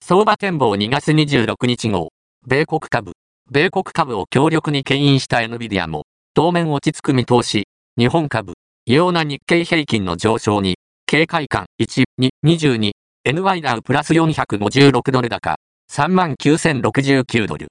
相場展望2月26日号。米国株を強力に牽引した NVIDIA も、当面落ち着く見通し。日本株、異様な日経平均の上昇に、警戒感1、2、22、NY ダウプラス456ドル高、39,069ドル。